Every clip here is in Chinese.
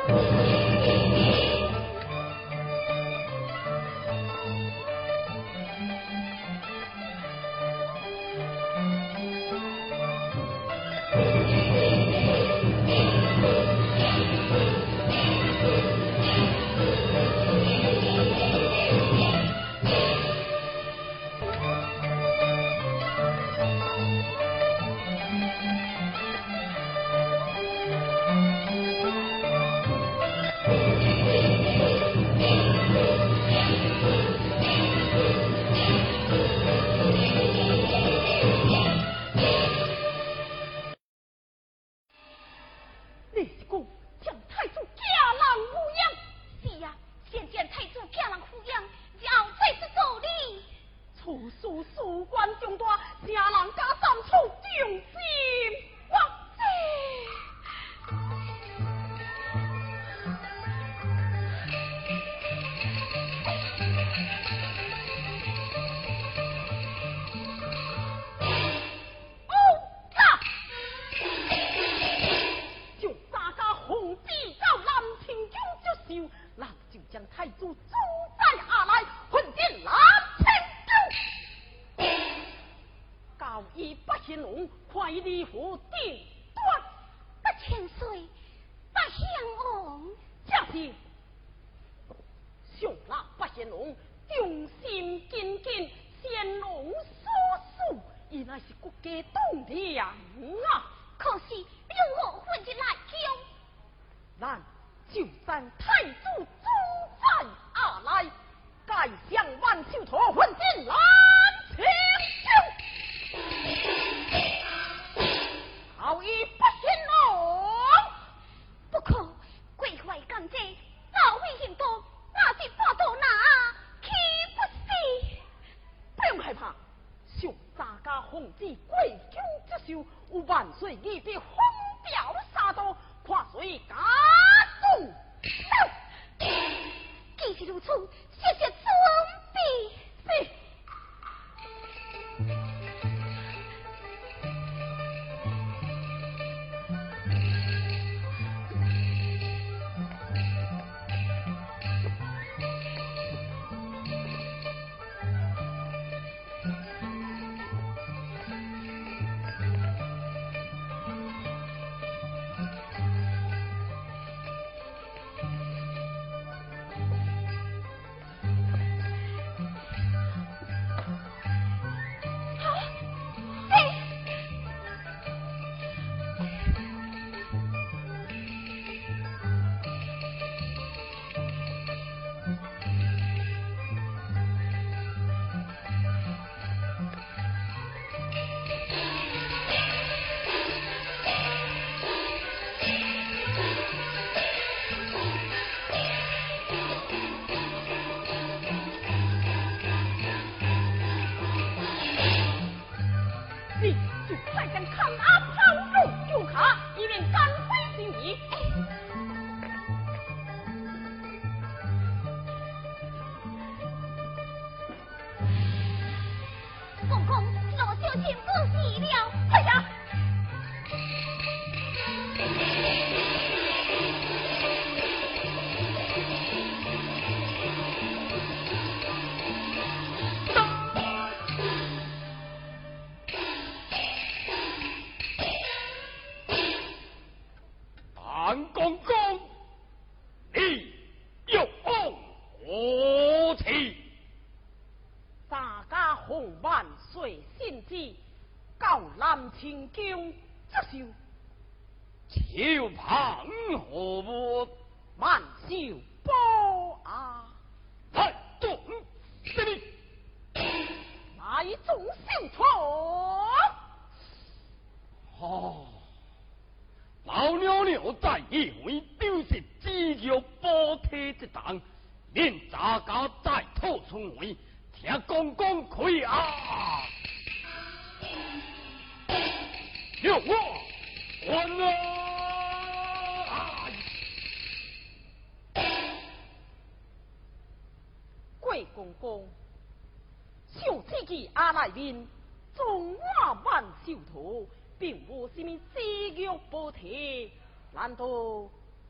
难道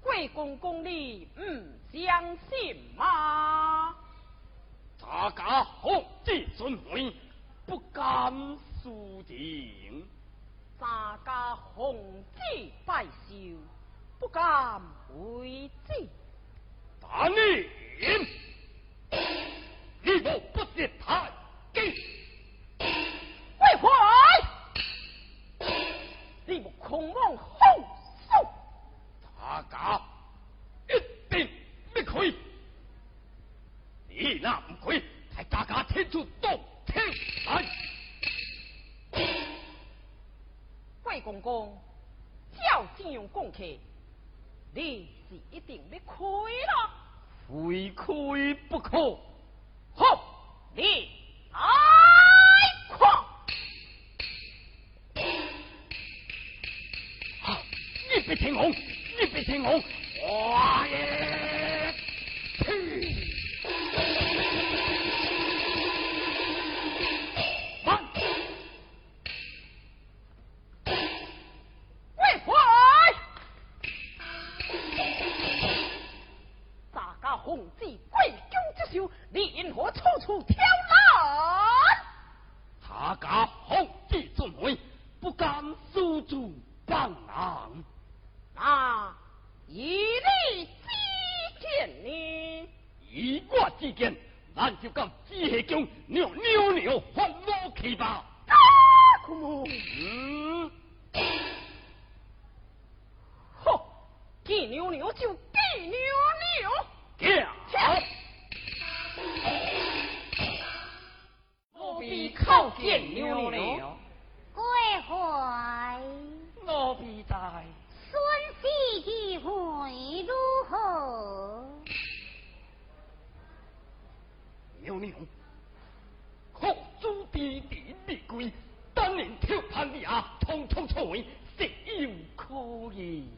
贵公公你唔相信吗？ 大家奉旨准会，不敢输赢。 大家奉旨拜寿，不敢违旨。 但你我不识太极， 为何？你不狂妄放手！ 大家一定不可以。你那唔可以，系大家天出动天来。 贵公公，照这样讲起，你是一定要开了。 非开不可。 好，你来看。 你别听我，你别听我，我也去。慢， 为何？大家红子贵公之手，你因何处处挑难？ 大家红子准会，不敢私自帮忙。 那以你之见呢？ 以我之见，咱就讲只系将扭发落去吧。 啊，苦吼！见扭就见扭， 跳！ 我必靠见扭， 归回。 我必在孙喜机会如何？ 扭，好主弟弟未归，当年跳攀你啊，通错位，实有可以。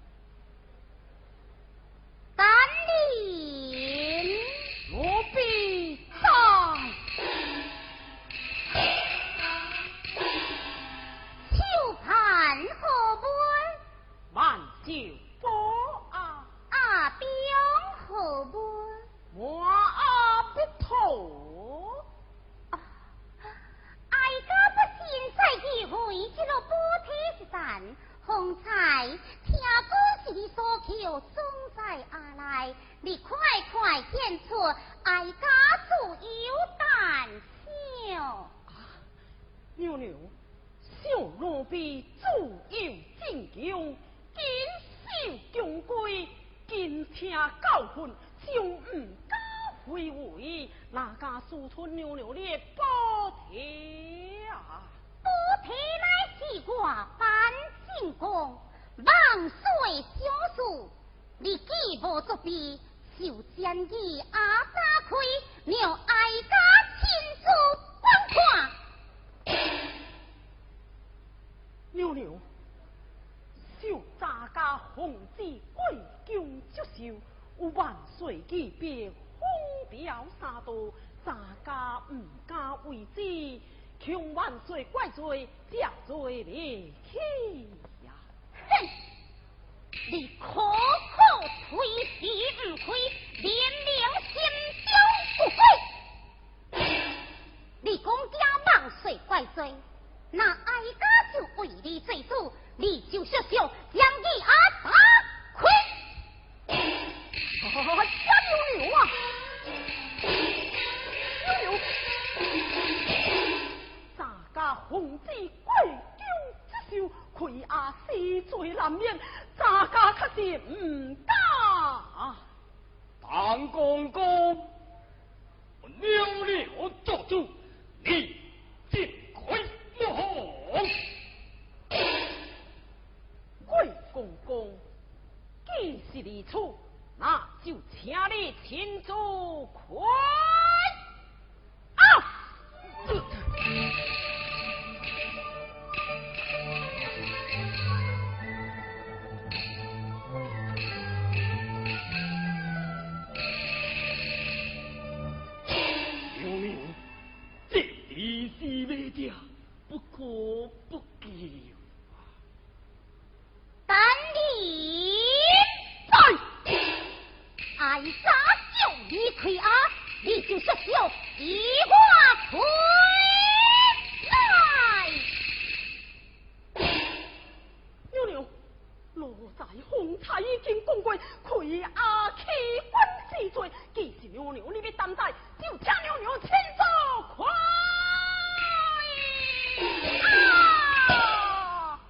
丹林， 我必在秋盼何本？ 万寿波啊， 阿兵何本？ 我阿不妥。 哀家不信赛机会，一路补贴一战，方才听讲是你所求，总在阿来，你快献出，哀家自有胆小。 扭，小奴婢自有正强，谨守宫规，谨听教训，就唔敢回违，哪家私吞扭你补贴啊？ 补贴乃是我班进宫，万岁相助，你既无作弊，就将伊阿打开，让哀家亲自观看。 扭，小大家奉旨贵宫接受，有万岁级别封条三道，大家唔敢为之，恐万岁怪罪，接罪离去呀！ 哼！你可推辞唔开，连心中不悔。你公家万岁怪罪，那哀家就为你罪主，你就小将伊阿打开。 扭啊！大家奉旨贵宫之寿，亏阿死罪难免，大家可是唔敢。 唐公公，扭做主，你尽亏不好。 贵公公，既是如此，那就请你亲自快啊！ 扭，这里是未家，不可不救。 丹林， 在。 亏啊，你就说笑一话回来。 娘娘，奴才方才已经讲过，亏阿欺君之罪，既是娘娘你要担待，就请娘娘亲自快啊！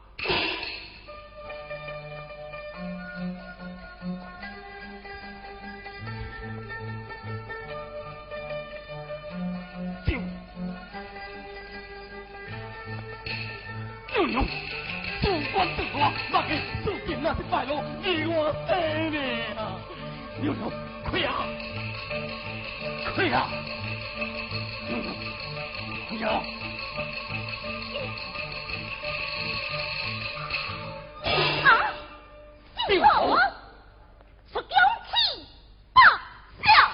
娘娘，不管对我，那个注定那是败露，与我生命啊！娘娘，快啊！快啊！娘娘，快啊！ 啊！ 病好啊！是娇气大笑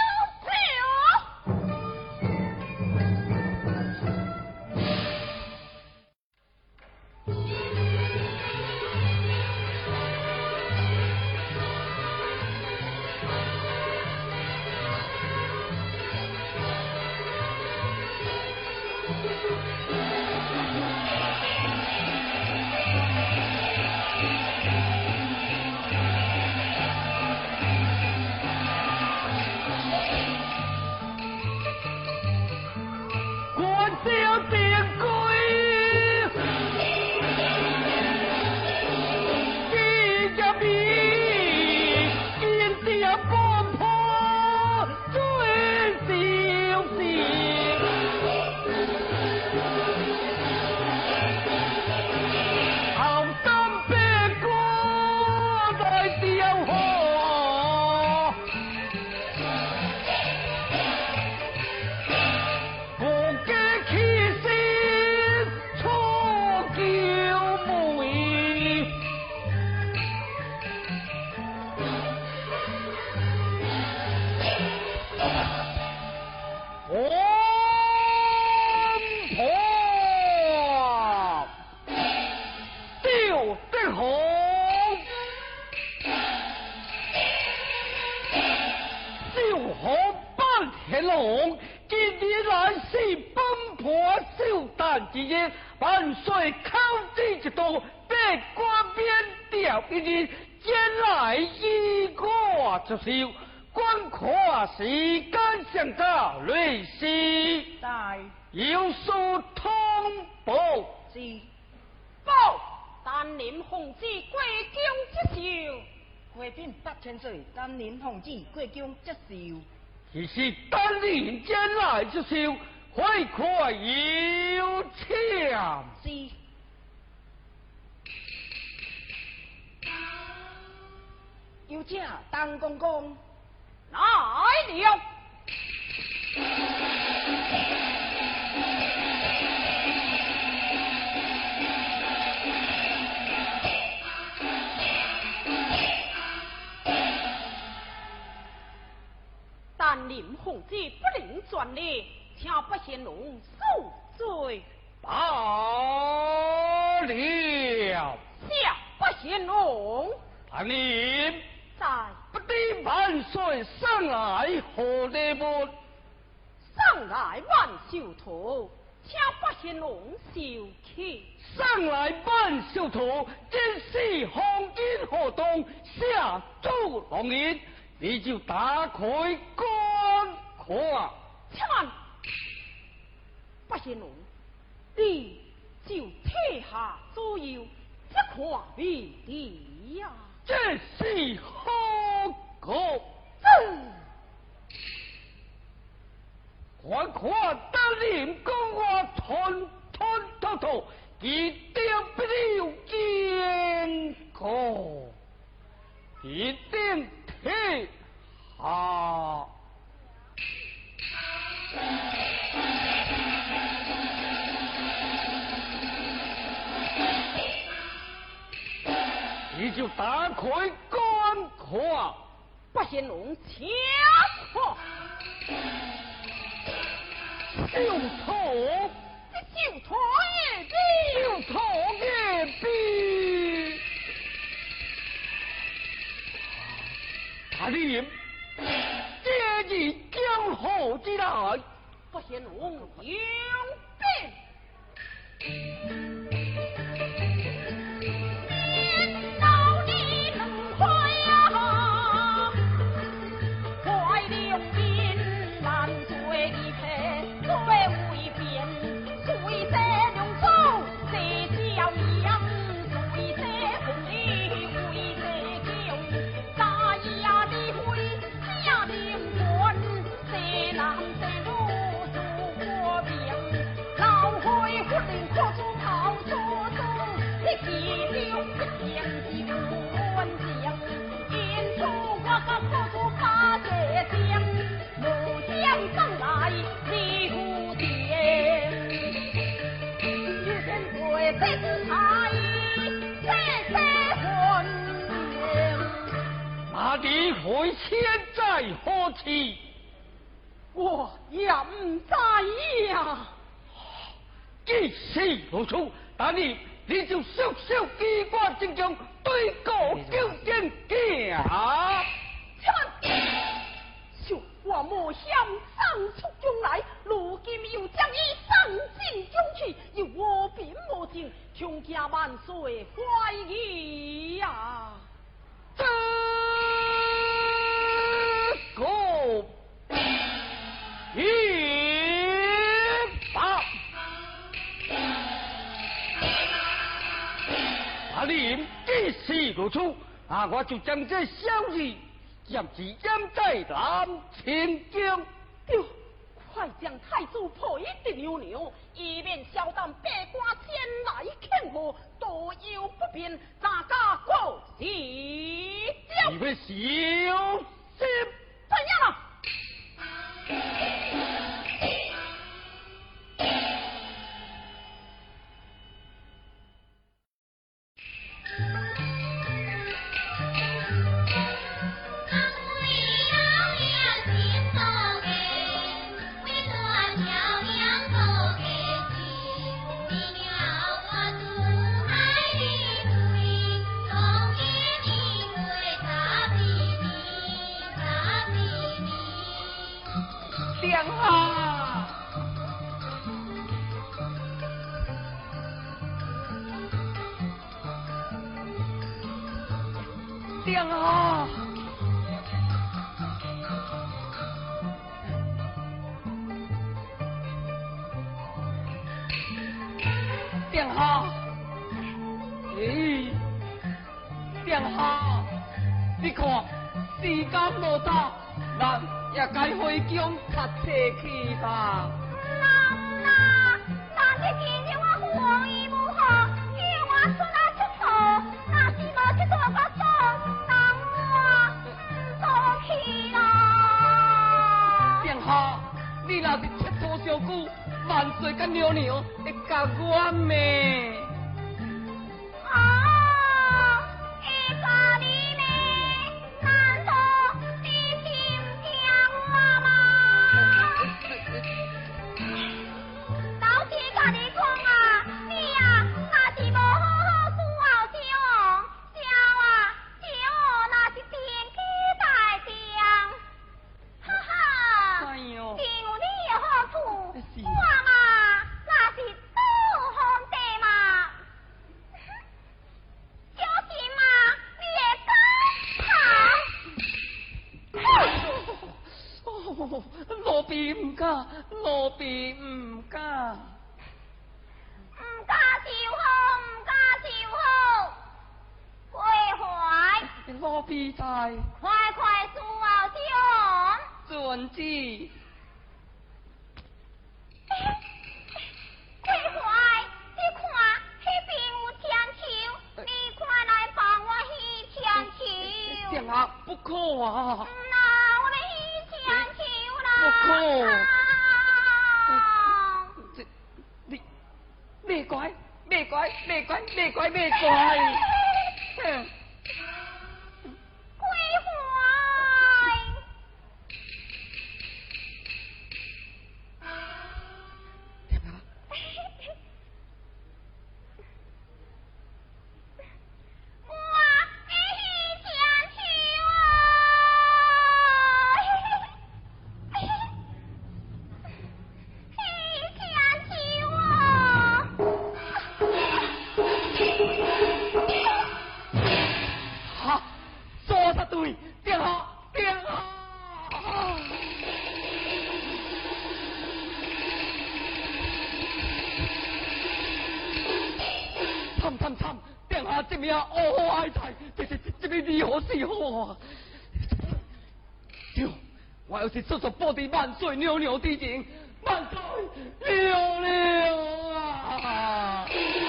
万岁考之一道，别官免调一日，前来依我就受。观看时间上早，累时在有所通报。 是报单林洪子归京之寿， 回禀8000岁，单林洪子过江接受。 其实单林前来之寿，快快有请。 是有请单公公来了。但林洪子不能转列，请不贤龙恕罪。 罢了。 下不贤龙但林在不知万岁上来何礼物？ 上来万寿图，请不贤龙受气。 上来万寿图，真是黄金河东，下注龙吟，你就打开观看。 且慢，不贤龙，你就退下左右，这看未敌呀。 这是何故？看看当年讲话吞吞吐吐，一定不了见过，一定退下。你就打开观看。 不贤龙且看， 小兔， 这就拖也的小兔也比大林，这以江河之来， 不显龙有病。 你会现在何处？ 我也唔知呀。 既是如此，但你就小小机关正中对过究竟行。 小我莫想上出中来，如今又将伊上进中去，又我便莫尽，穷家万岁怀疑呀！ 这个一把，阿林既是如此，我就将这消息暂时掩在南清江。 哟，快将太子配得牛牛，以免小胆百官前来劝和，多有不便，大家过是你们小心！ 怎样了？ 殿下，殿下，殿下，殿下，你看时间无到，咱也该回宫较早去吧。 那这今日我黄衣无好，叫我出来出头，那是无去做个做，那我做去啦。 殿下，你若是切磋上久，万岁甲娘娘会甲我咩？奴婢唔敢，奴婢唔敢。 唔敢就好，唔敢就好。归怀。 奴婢在。 快快恕我上。 遵旨。 归怀，你看那边有千秋，你快来帮我去千秋。 殿下不可啊！ 那我来去千秋啦。 不可。别乖，别乖，别乖，别乖，别乖。 归怀。 殿下。 我去千秋啊！ 命乌哀哉，这要如何是好啊？对，我要是速速报伫万岁娘娘之前，万岁娘娘啊！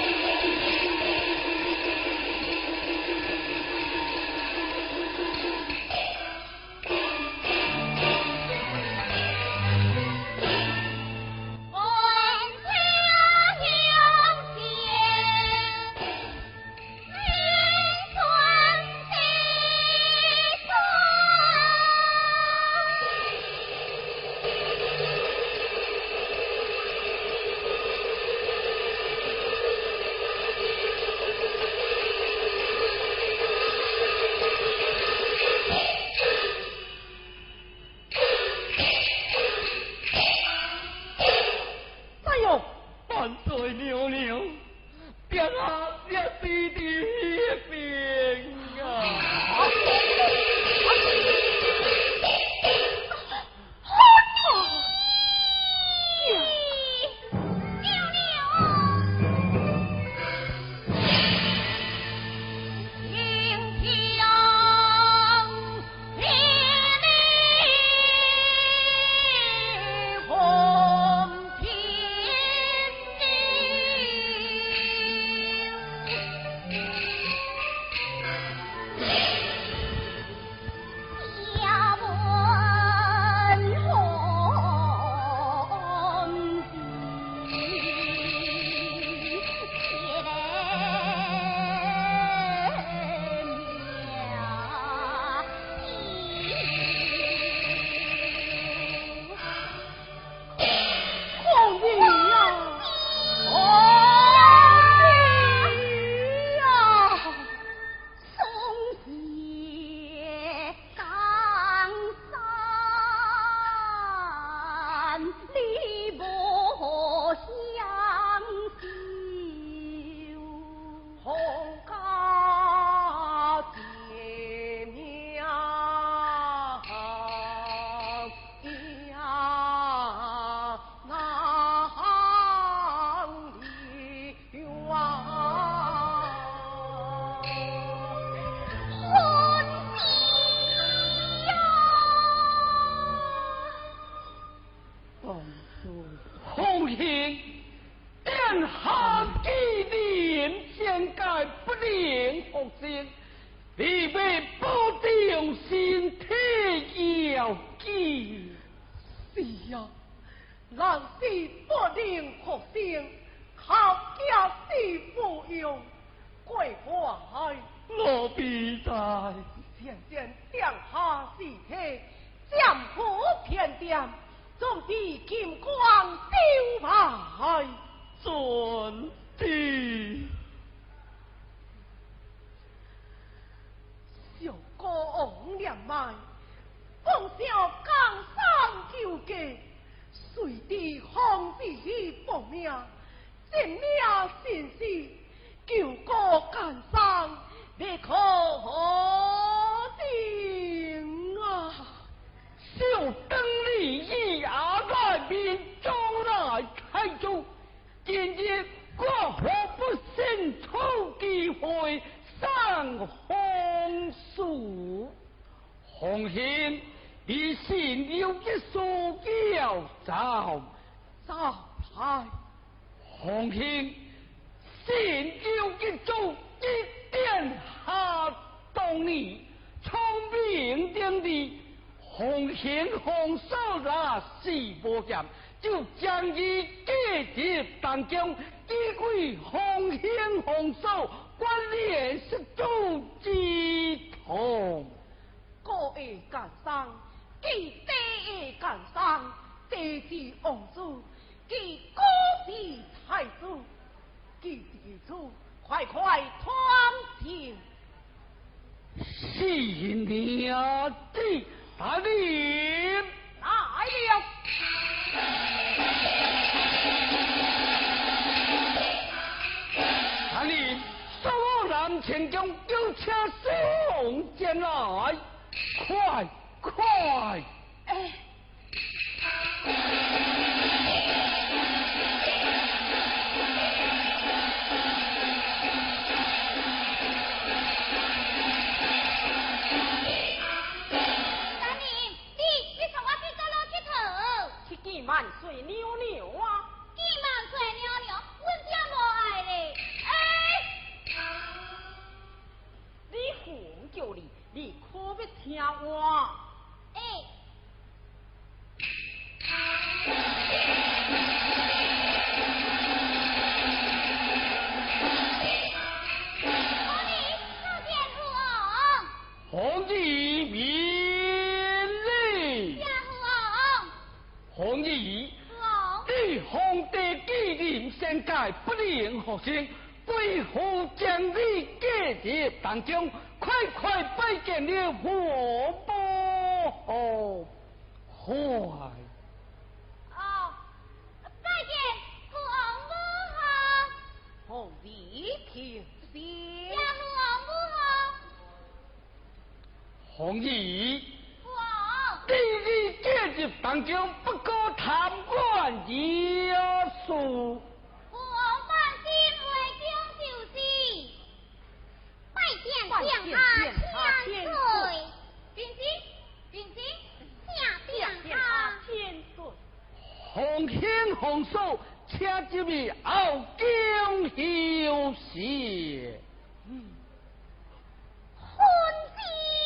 就将伊继入当中，以归洪兴洪守，管理失主之痛。 各位干商，其第一干商，地之王子，其高是太子，其地主快快团结。 是娘子，大人来了。 大人，苏南前将有车送前来，快快！ 哎。 天界不能复生，为何将你嫁入当中？快快拜见了我母！快！ 拜见父王母后。 红礼听先。 呀，父王母后。 红姨， 父王。 弟弟嫁入当中，不过贪官耶稣。 父王放心，回宫就是拜见殿下千岁。军师，下殿下千岁。 红兴红寿，请这位后宫休息。 婚事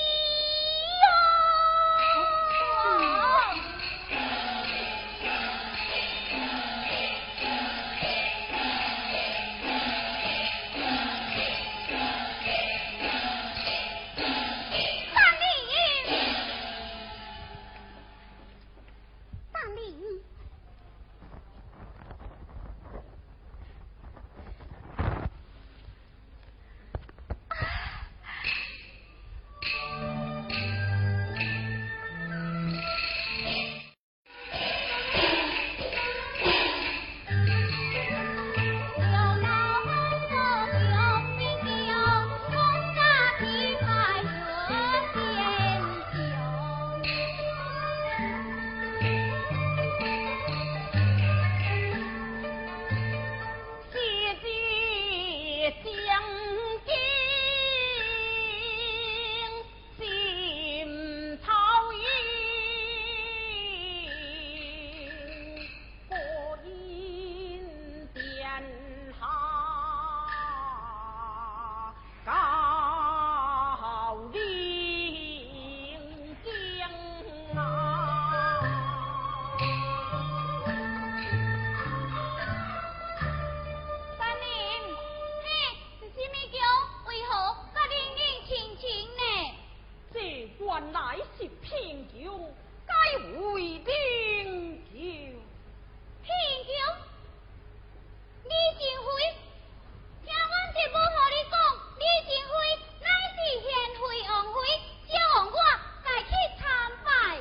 原来是贫穷，该为灵救。 贫穷，李正辉，听阮直母和你讲，李正辉乃是贤惠王妃，小王我该去参拜。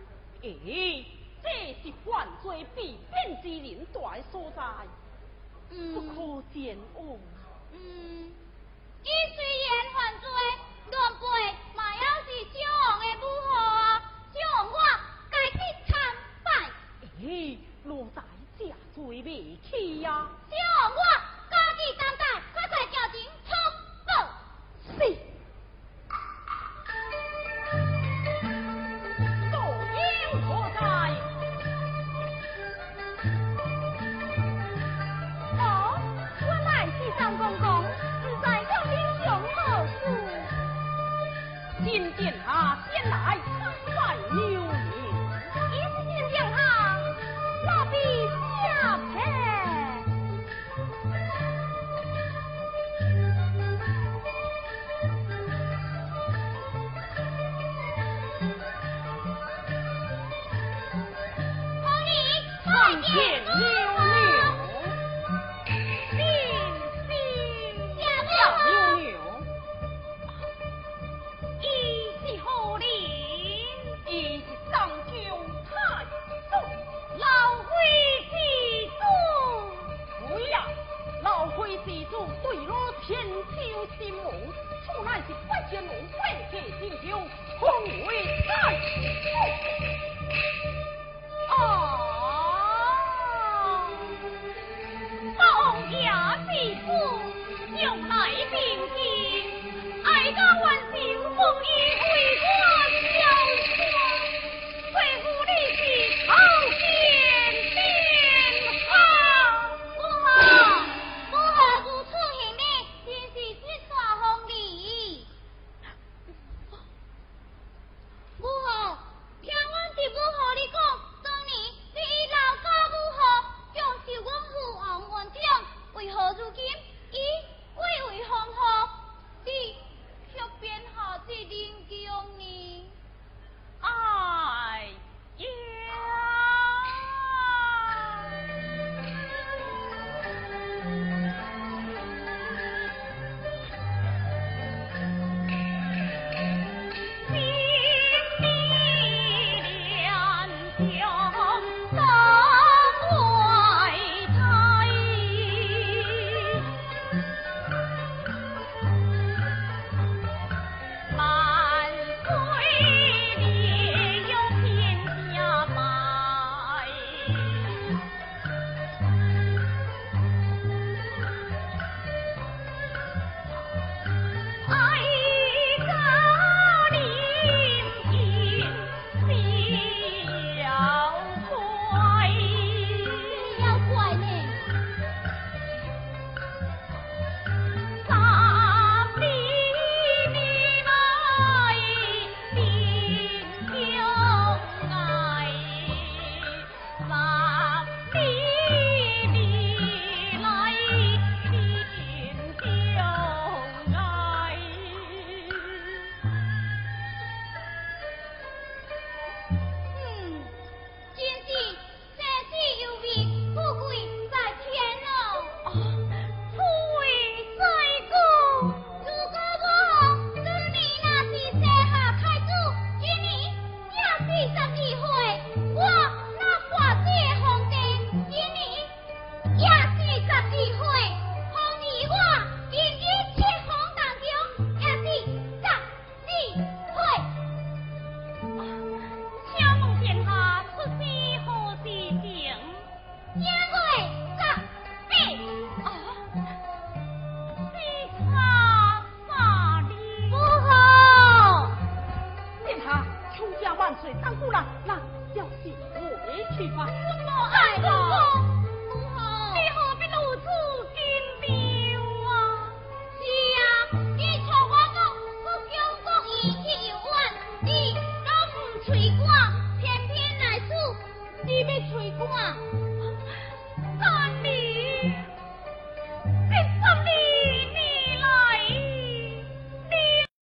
这是犯罪必变之人大的所在，不可见恶。 伊虽然犯罪，乱背嘛也是小王的母后啊，小王我该去参拜。 奴才这罪未起呀。 小王我家己担待，快快叫前通报。 是。道应何在？ 原来是张公公，不知向英雄何事？ 今殿下先来参拜牛年， 一时殿下，何必下陪？红衣快见！